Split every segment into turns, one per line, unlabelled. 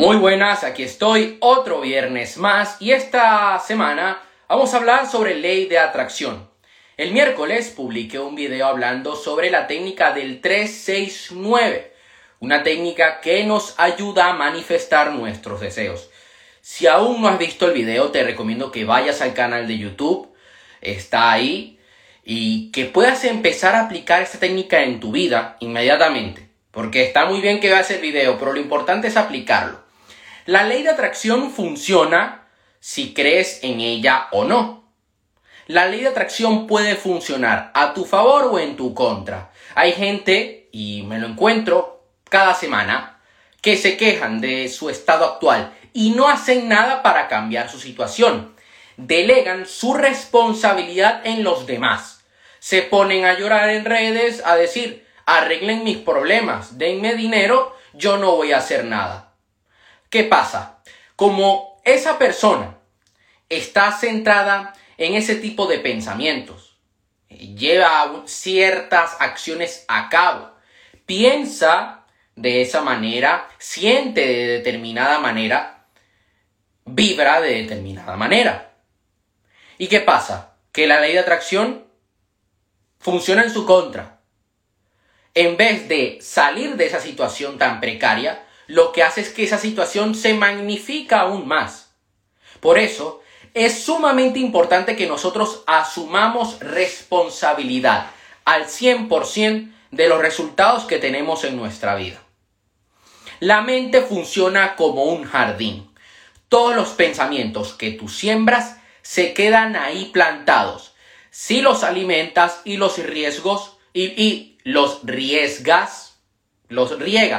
Muy buenas, aquí estoy otro viernes más y esta semana vamos a hablar sobre ley de atracción. El miércoles publiqué un video hablando sobre la técnica del 369, una técnica que nos ayuda a manifestar nuestros deseos. Si aún no has visto el video, te recomiendo que vayas al canal de YouTube, está ahí, y que puedas empezar a aplicar esta técnica en tu vida inmediatamente. Porque está muy bien que veas el video, pero lo importante es aplicarlo. La ley de atracción funciona si crees en ella o no. La ley de atracción puede funcionar a tu favor o en tu contra. Hay gente, y me lo encuentro cada semana, que se quejan de su estado actual y no hacen nada para cambiar su situación. Delegan su responsabilidad en los demás. Se ponen a llorar en redes, a decir, arreglen mis problemas, denme dinero, yo no voy a hacer nada. ¿Qué pasa? Como esa persona está centrada en ese tipo de pensamientos, lleva ciertas acciones a cabo, piensa de esa manera, siente de determinada manera, vibra de determinada manera. ¿Y qué pasa? Que la ley de atracción funciona en su contra. En vez de salir de esa situación tan precaria, lo que hace es que esa situación se magnifica aún más. Por eso, es sumamente importante que nosotros asumamos responsabilidad al 100% de los resultados que tenemos en nuestra vida. La mente funciona como un jardín. Todos los pensamientos que tú siembras se quedan ahí plantados. Si los alimentas y los riesgos los riegas, los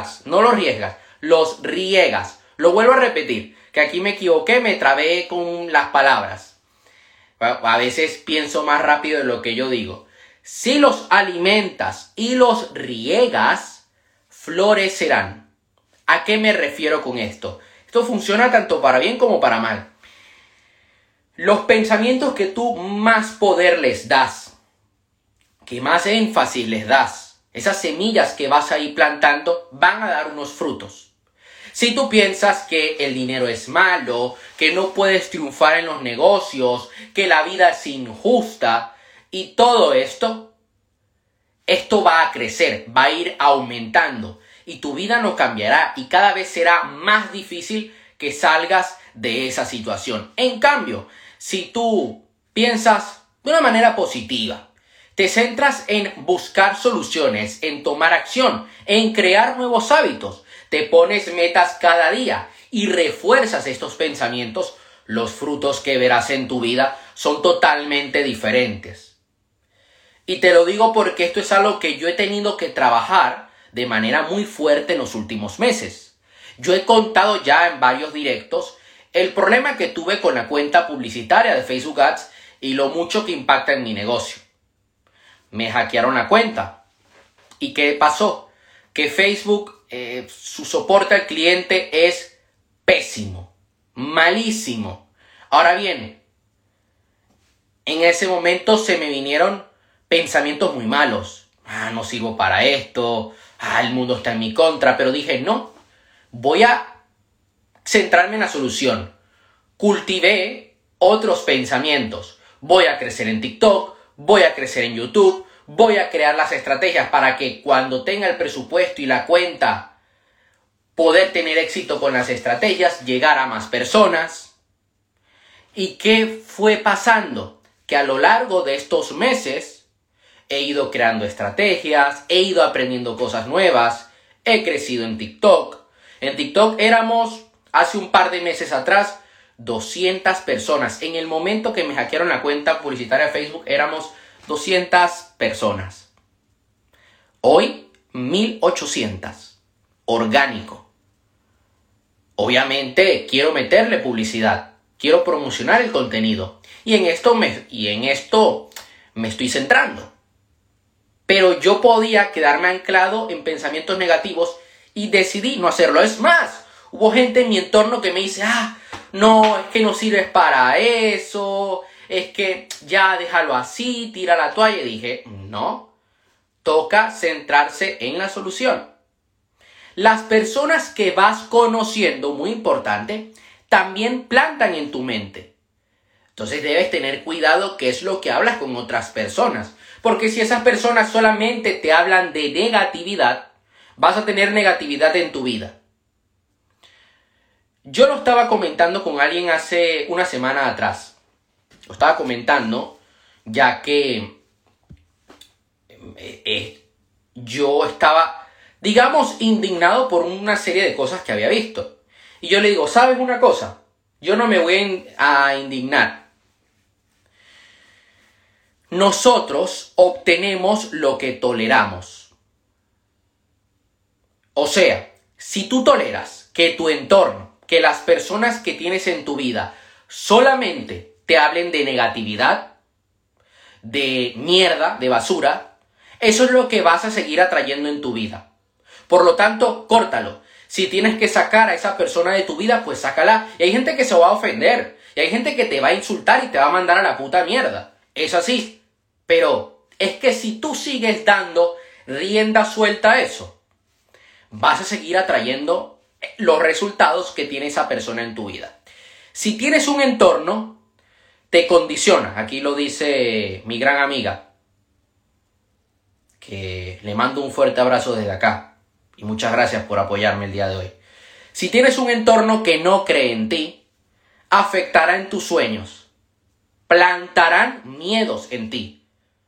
riegas. Lo vuelvo a repetir, que aquí me equivoqué, me trabé con las palabras. A veces pienso más rápido de lo que yo digo. Si los alimentas y los riegas, florecerán. ¿A qué me refiero con esto? Esto funciona tanto para bien como para mal. Los pensamientos que tú más poder les das, que más énfasis les das, esas semillas que vas a ir plantando, van a dar unos frutos. Si tú piensas que el dinero es malo, que no puedes triunfar en los negocios, que la vida es injusta y todo esto va a crecer, va a ir aumentando y tu vida no cambiará y cada vez será más difícil que salgas de esa situación. En cambio, si tú piensas de una manera positiva, te centras en buscar soluciones, en tomar acción, en crear nuevos hábitos, te pones metas cada día y refuerzas estos pensamientos, los frutos que verás en tu vida son totalmente diferentes. Y te lo digo porque esto es algo que yo he tenido que trabajar de manera muy fuerte en los últimos meses. Yo he contado ya en varios directos el problema que tuve con la cuenta publicitaria de Facebook Ads y lo mucho que impacta en mi negocio. Me hackearon la cuenta. ¿Y qué pasó? Que Facebook, su soporte al cliente es pésimo, malísimo. Ahora bien, en ese momento se me vinieron pensamientos muy malos. No sirvo para esto, el mundo está en mi contra, pero dije, no, voy a centrarme en la solución. Cultivé otros pensamientos. Voy a crecer en TikTok, voy a crecer en YouTube, voy a crear las estrategias para que cuando tenga el presupuesto y la cuenta, poder tener éxito con las estrategias, llegar a más personas. ¿Y qué fue pasando? Que a lo largo de estos meses he ido creando estrategias, he ido aprendiendo cosas nuevas, he crecido en TikTok. En TikTok éramos, hace un par de meses atrás, 200 personas. En el momento que me hackearon la cuenta publicitaria de Facebook, éramos 200 personas. Hoy, 1800. Orgánico. Obviamente, quiero meterle publicidad. Quiero promocionar el contenido. Y en esto me estoy centrando. Pero yo podía quedarme anclado en pensamientos negativos y decidí no hacerlo. Es más, hubo gente en mi entorno que me dice, no, es que no sirves para eso, es que ya déjalo así, tira la toalla. Y dije, no, toca centrarse en la solución. Las personas que vas conociendo, muy importante, también plantan en tu mente. Entonces debes tener cuidado qué es lo que hablas con otras personas. Porque si esas personas solamente te hablan de negatividad, vas a tener negatividad en tu vida. Yo lo estaba comentando con alguien hace una semana atrás. Lo estaba comentando ya que yo estaba, digamos, indignado por una serie de cosas que había visto. Y yo le digo, ¿sabes una cosa? Yo no me voy a indignar. Nosotros obtenemos lo que toleramos. O sea, si tú toleras que tu entorno, que las personas que tienes en tu vida solamente te hablen de negatividad, de mierda, de basura, eso es lo que vas a seguir atrayendo en tu vida. Por lo tanto, córtalo. Si tienes que sacar a esa persona de tu vida, pues sácala. Y hay gente que se va a ofender. Y hay gente que te va a insultar y te va a mandar a la puta mierda. Es así. Pero es que si tú sigues dando rienda suelta a eso, vas a seguir atrayendo los resultados que tiene esa persona en tu vida. Si tienes un entorno, te condiciona. Aquí lo dice mi gran amiga, que le mando un fuerte abrazo desde acá. Y muchas gracias por apoyarme el día de hoy. Si tienes un entorno que no cree en ti, afectará en tus sueños. Plantarán miedos en ti.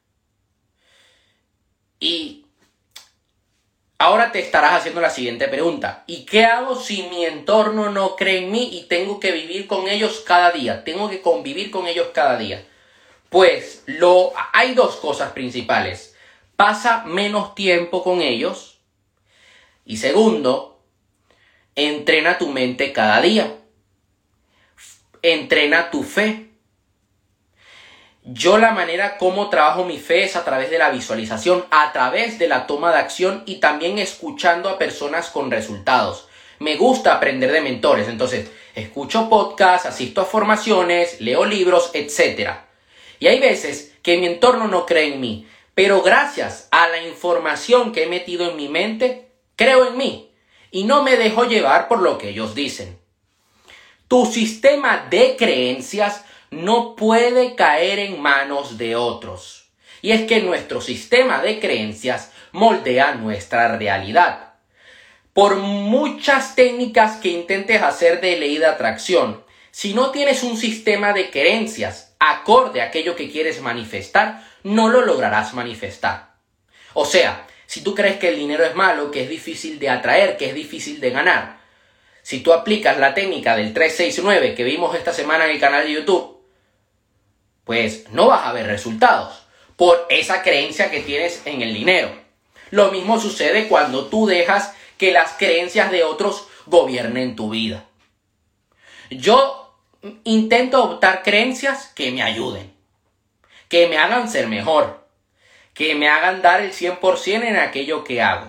Y ahora te estarás haciendo la siguiente pregunta. ¿Y qué hago si mi entorno no cree en mí y tengo que vivir con ellos cada día? Tengo que convivir con ellos cada día. Pues hay dos cosas principales. Pasa menos tiempo con ellos. Y segundo, entrena tu mente cada día. Entrena tu fe. Yo la manera como trabajo mi fe es a través de la visualización, a través de la toma de acción y también escuchando a personas con resultados. Me gusta aprender de mentores, entonces escucho podcasts, asisto a formaciones, leo libros, etc. Y hay veces que mi entorno no cree en mí, pero gracias a la información que he metido en mi mente, creo en mí y no me dejo llevar por lo que ellos dicen. Tu sistema de creencias no puede caer en manos de otros. Y es que nuestro sistema de creencias moldea nuestra realidad. Por muchas técnicas que intentes hacer de ley de atracción, si no tienes un sistema de creencias acorde a aquello que quieres manifestar, no lo lograrás manifestar. O sea, si tú crees que el dinero es malo, que es difícil de atraer, que es difícil de ganar, si tú aplicas la técnica del 369 que vimos esta semana en el canal de YouTube, pues no vas a ver resultados por esa creencia que tienes en el dinero. Lo mismo sucede cuando tú dejas que las creencias de otros gobiernen tu vida. Yo intento adoptar creencias que me ayuden, que me hagan ser mejor, que me hagan dar el 100% en aquello que hago.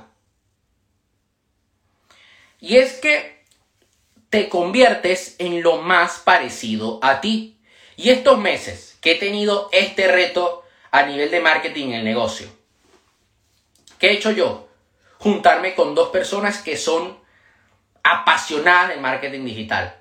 Y es que te conviertes en lo más parecido a ti. Y estos meses que he tenido este reto a nivel de marketing en el negocio, ¿qué he hecho yo? Juntarme con dos personas que son apasionadas del marketing digital,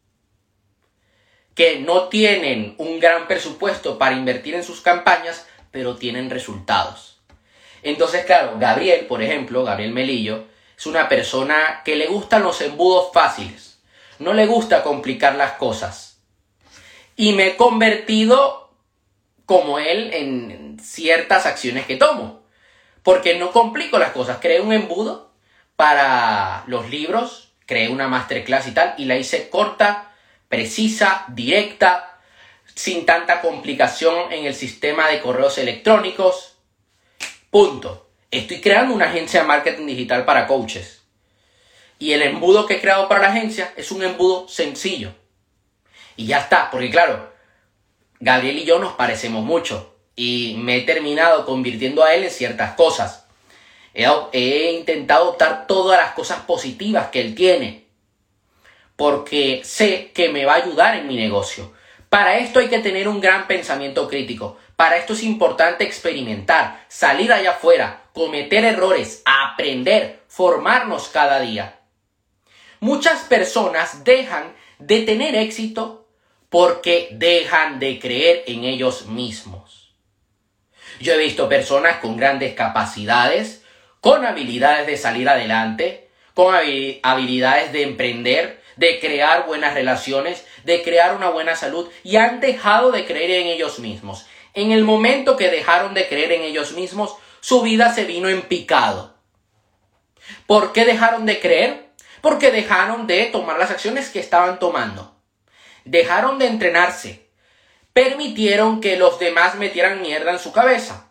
que no tienen un gran presupuesto para invertir en sus campañas, pero tienen resultados. Entonces, claro, Gabriel, por ejemplo, Gabriel Melillo, es una persona que le gustan los embudos fáciles. No le gusta complicar las cosas. Y me he convertido como él en ciertas acciones que tomo. Porque no complico las cosas. Creé un embudo para los libros, creé una masterclass y tal, y la hice corta, precisa, directa, sin tanta complicación en el sistema de correos electrónicos. Punto. Estoy creando una agencia de marketing digital para coaches. Y el embudo que he creado para la agencia es un embudo sencillo. Y ya está, porque claro, Gabriel y yo nos parecemos mucho. Y me he terminado convirtiendo a él en ciertas cosas. He intentado adoptar todas las cosas positivas que él tiene, porque sé que me va a ayudar en mi negocio. Para esto hay que tener un gran pensamiento crítico. Para esto es importante experimentar, salir allá afuera, cometer errores, aprender, formarnos cada día. Muchas personas dejan de tener éxito porque dejan de creer en ellos mismos. Yo he visto personas con grandes capacidades, con habilidades de salir adelante, con habilidades de emprender, de crear buenas relaciones, de crear una buena salud, y han dejado de creer en ellos mismos. En el momento que dejaron de creer en ellos mismos, su vida se vino en picado. ¿Por qué dejaron de creer? Porque dejaron de tomar las acciones que estaban tomando. Dejaron de entrenarse. Permitieron que los demás metieran mierda en su cabeza.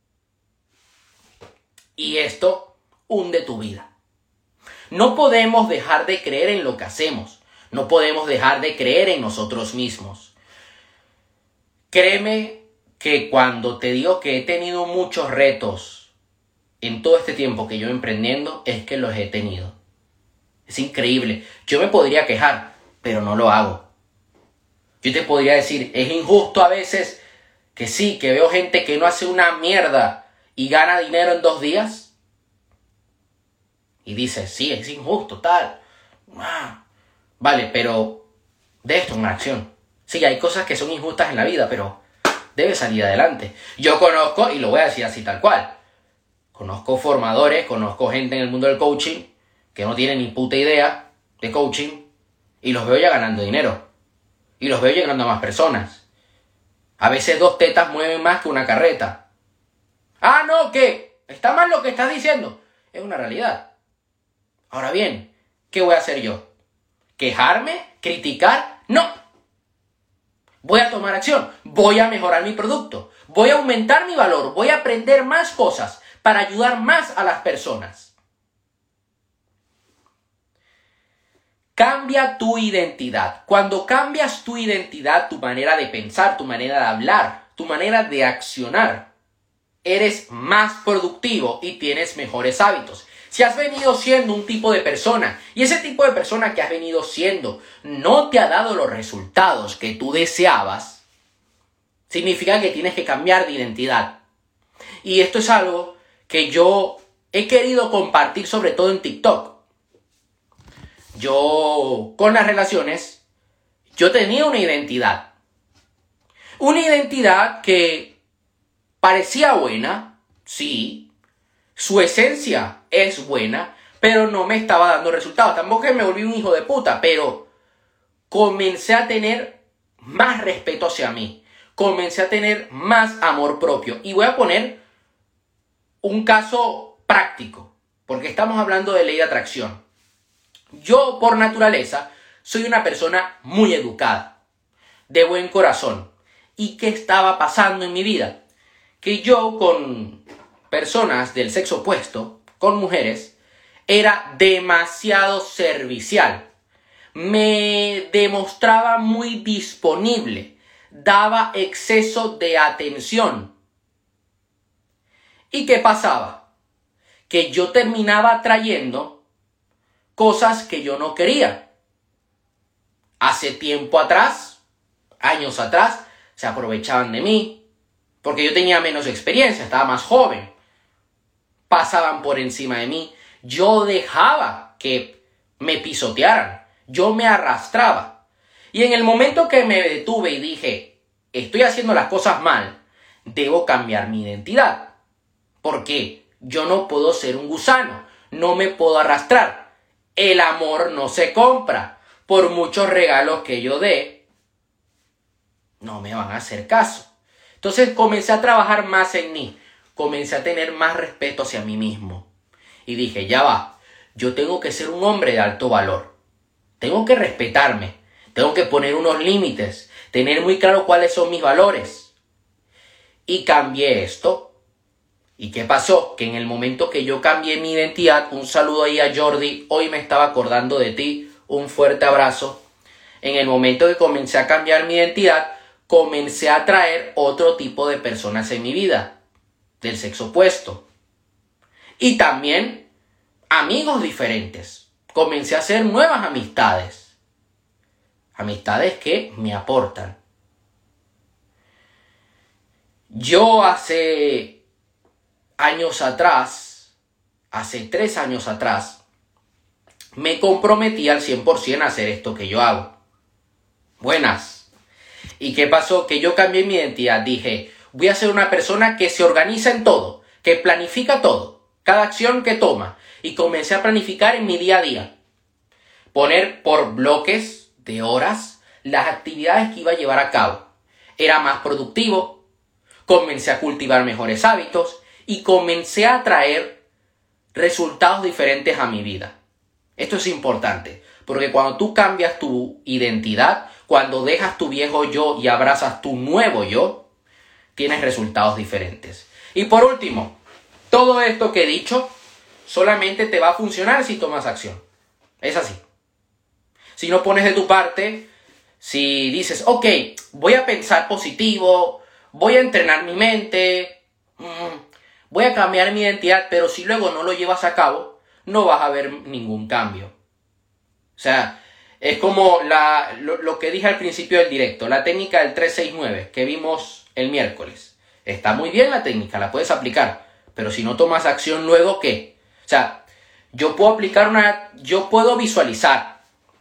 Y esto hunde tu vida. No podemos dejar de creer en lo que hacemos. No podemos dejar de creer en nosotros mismos. Créeme que cuando te digo que he tenido muchos retos en todo este tiempo que yo emprendiendo, es que los he tenido. Es increíble. Yo me podría quejar, pero no lo hago. Yo te podría decir, es injusto a veces que sí, que veo gente que no hace una mierda y gana dinero en 2 días. Y dices, sí, es injusto, tal. Vale, pero de esto una acción. Sí, hay cosas que son injustas en la vida, pero debes salir adelante. Yo conozco, y lo voy a decir así tal cual, conozco formadores, conozco gente en el mundo del coaching que no tiene ni puta idea de coaching y los veo ya ganando dinero. Y los veo llegando a más personas. A veces 2 tetas mueven más que una carreta. Ah, no, ¿qué? ¿Está mal lo que estás diciendo? Es una realidad. Ahora bien, ¿qué voy a hacer yo? ¿Quejarme? ¿Criticar? No. Voy a tomar acción. Voy a mejorar mi producto. Voy a aumentar mi valor. Voy a aprender más cosas para ayudar más a las personas. Cambia tu identidad. Cuando cambias tu identidad, tu manera de pensar, tu manera de hablar, tu manera de accionar, eres más productivo y tienes mejores hábitos. Si has venido siendo un tipo de persona y ese tipo de persona que has venido siendo no te ha dado los resultados que tú deseabas, significa que tienes que cambiar de identidad. Y esto es algo que yo he querido compartir sobre todo en TikTok. Yo, con las relaciones, yo tenía una identidad. Una identidad que parecía buena, sí. Su esencia es buena, pero no me estaba dando resultados. Tampoco que me volví un hijo de puta, pero comencé a tener más respeto hacia mí. Comencé a tener más amor propio. Y voy a poner un caso práctico, porque estamos hablando de ley de atracción. Yo, por naturaleza, soy una persona muy educada, de buen corazón. ¿Y qué estaba pasando en mi vida? Que yo, con personas del sexo opuesto, con mujeres, era demasiado servicial. Me demostraba muy disponible, daba exceso de atención. ¿Y qué pasaba? Que yo terminaba trayendo cosas que yo no quería. Hace tiempo atrás, años atrás, se aprovechaban de mí, porque yo tenía menos experiencia, estaba más joven. Pasaban por encima de mí. Yo dejaba que me pisotearan. Yo me arrastraba. Y en el momento que me detuve y dije, estoy haciendo las cosas mal, debo cambiar mi identidad. Porque yo no puedo ser un gusano, no me puedo arrastrar. El amor no se compra. Por muchos regalos que yo dé, no me van a hacer caso. Entonces comencé a trabajar más en mí. Comencé a tener más respeto hacia mí mismo. Y dije, ya va, yo tengo que ser un hombre de alto valor. Tengo que respetarme. Tengo que poner unos límites. Tener muy claro cuáles son mis valores. Y cambié esto. ¿Y qué pasó? Que en el momento que yo cambié mi identidad, un saludo ahí a Jordi, hoy me estaba acordando de ti, un fuerte abrazo. En el momento que comencé a cambiar mi identidad, comencé a atraer otro tipo de personas en mi vida, del sexo opuesto. Y también amigos diferentes. Comencé a hacer nuevas amistades. Amistades que me aportan. Yo hace años atrás, hace 3 años atrás, me comprometí al 100% a hacer esto que yo hago. Buenas. ¿Y qué pasó? Que yo cambié mi identidad. Dije, voy a ser una persona que se organiza en todo, que planifica todo, cada acción que toma. Y comencé a planificar en mi día a día. Poner por bloques de horas las actividades que iba a llevar a cabo. Era más productivo, comencé a cultivar mejores hábitos y comencé a traer resultados diferentes a mi vida. Esto es importante, porque cuando tú cambias tu identidad, cuando dejas tu viejo yo y abrazas tu nuevo yo, tienes resultados diferentes. Y por último, todo esto que he dicho solamente te va a funcionar si tomas acción. Es así. Si no pones de tu parte, si dices, ok, voy a pensar positivo, voy a entrenar mi mente, voy a cambiar mi identidad, pero si luego no lo llevas a cabo, no vas a ver ningún cambio. O sea, es como lo que dije al principio del directo, la técnica del 3-6-9 que vimos el miércoles. Está muy bien la técnica, la puedes aplicar, pero si no tomas acción luego, ¿qué? O sea, yo puedo visualizar,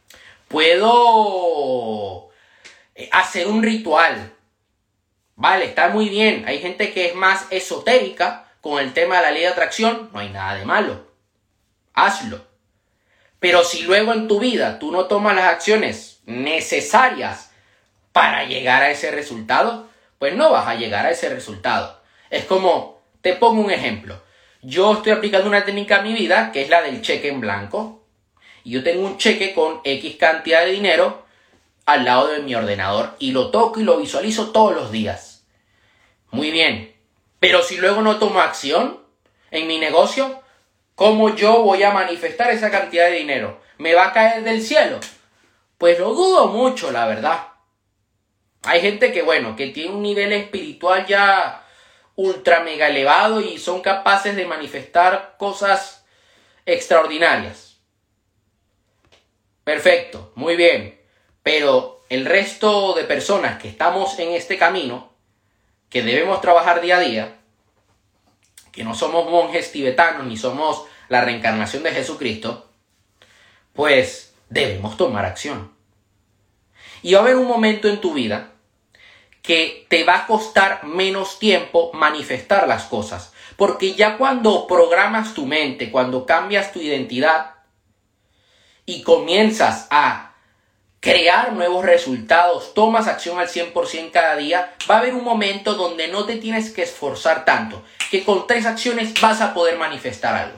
puedo hacer un ritual. Vale, está muy bien. Hay gente que es más esotérica con el tema de la ley de atracción, no hay nada de malo. Hazlo. Pero si luego en tu vida tú no tomas las acciones necesarias para llegar a ese resultado, pues no vas a llegar a ese resultado. Es como, te pongo un ejemplo. Yo estoy aplicando una técnica a mi vida que es la del cheque en blanco. Y yo tengo un cheque con X cantidad de dinero al lado de mi ordenador y lo toco y lo visualizo todos los días. Muy bien. Pero si luego no tomo acción en mi negocio, ¿cómo yo voy a manifestar esa cantidad de dinero? ¿Me va a caer del cielo? Pues lo dudo mucho, la verdad. Hay gente que tiene un nivel espiritual ya ultra mega elevado y son capaces de manifestar cosas extraordinarias. Perfecto, muy bien. Pero el resto de personas que estamos en este camino, que debemos trabajar día a día, que no somos monjes tibetanos ni somos la reencarnación de Jesucristo, pues debemos tomar acción. Y va a haber un momento en tu vida que te va a costar menos tiempo manifestar las cosas. Porque ya cuando programas tu mente, cuando cambias tu identidad y comienzas a crear nuevos resultados, tomas acción al 100% cada día, va a haber un momento donde no te tienes que esforzar tanto, que con 3 acciones vas a poder manifestar algo.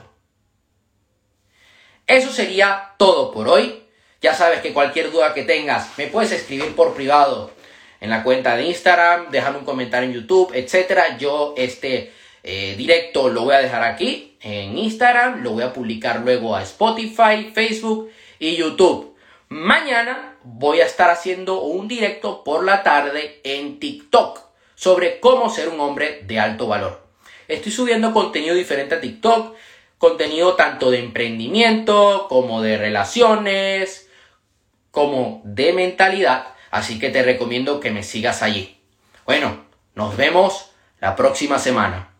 Eso sería todo por hoy. Ya sabes que cualquier duda que tengas me puedes escribir por privado en la cuenta de Instagram, dejar un comentario en YouTube, etc. Yo directo lo voy a dejar aquí en Instagram, lo voy a publicar luego a Spotify, Facebook y YouTube. Mañana voy a estar haciendo un directo por la tarde en TikTok sobre cómo ser un hombre de alto valor. Estoy subiendo contenido diferente a TikTok, contenido tanto de emprendimiento como de relaciones, como de mentalidad, así que te recomiendo que me sigas allí. Bueno, nos vemos la próxima semana.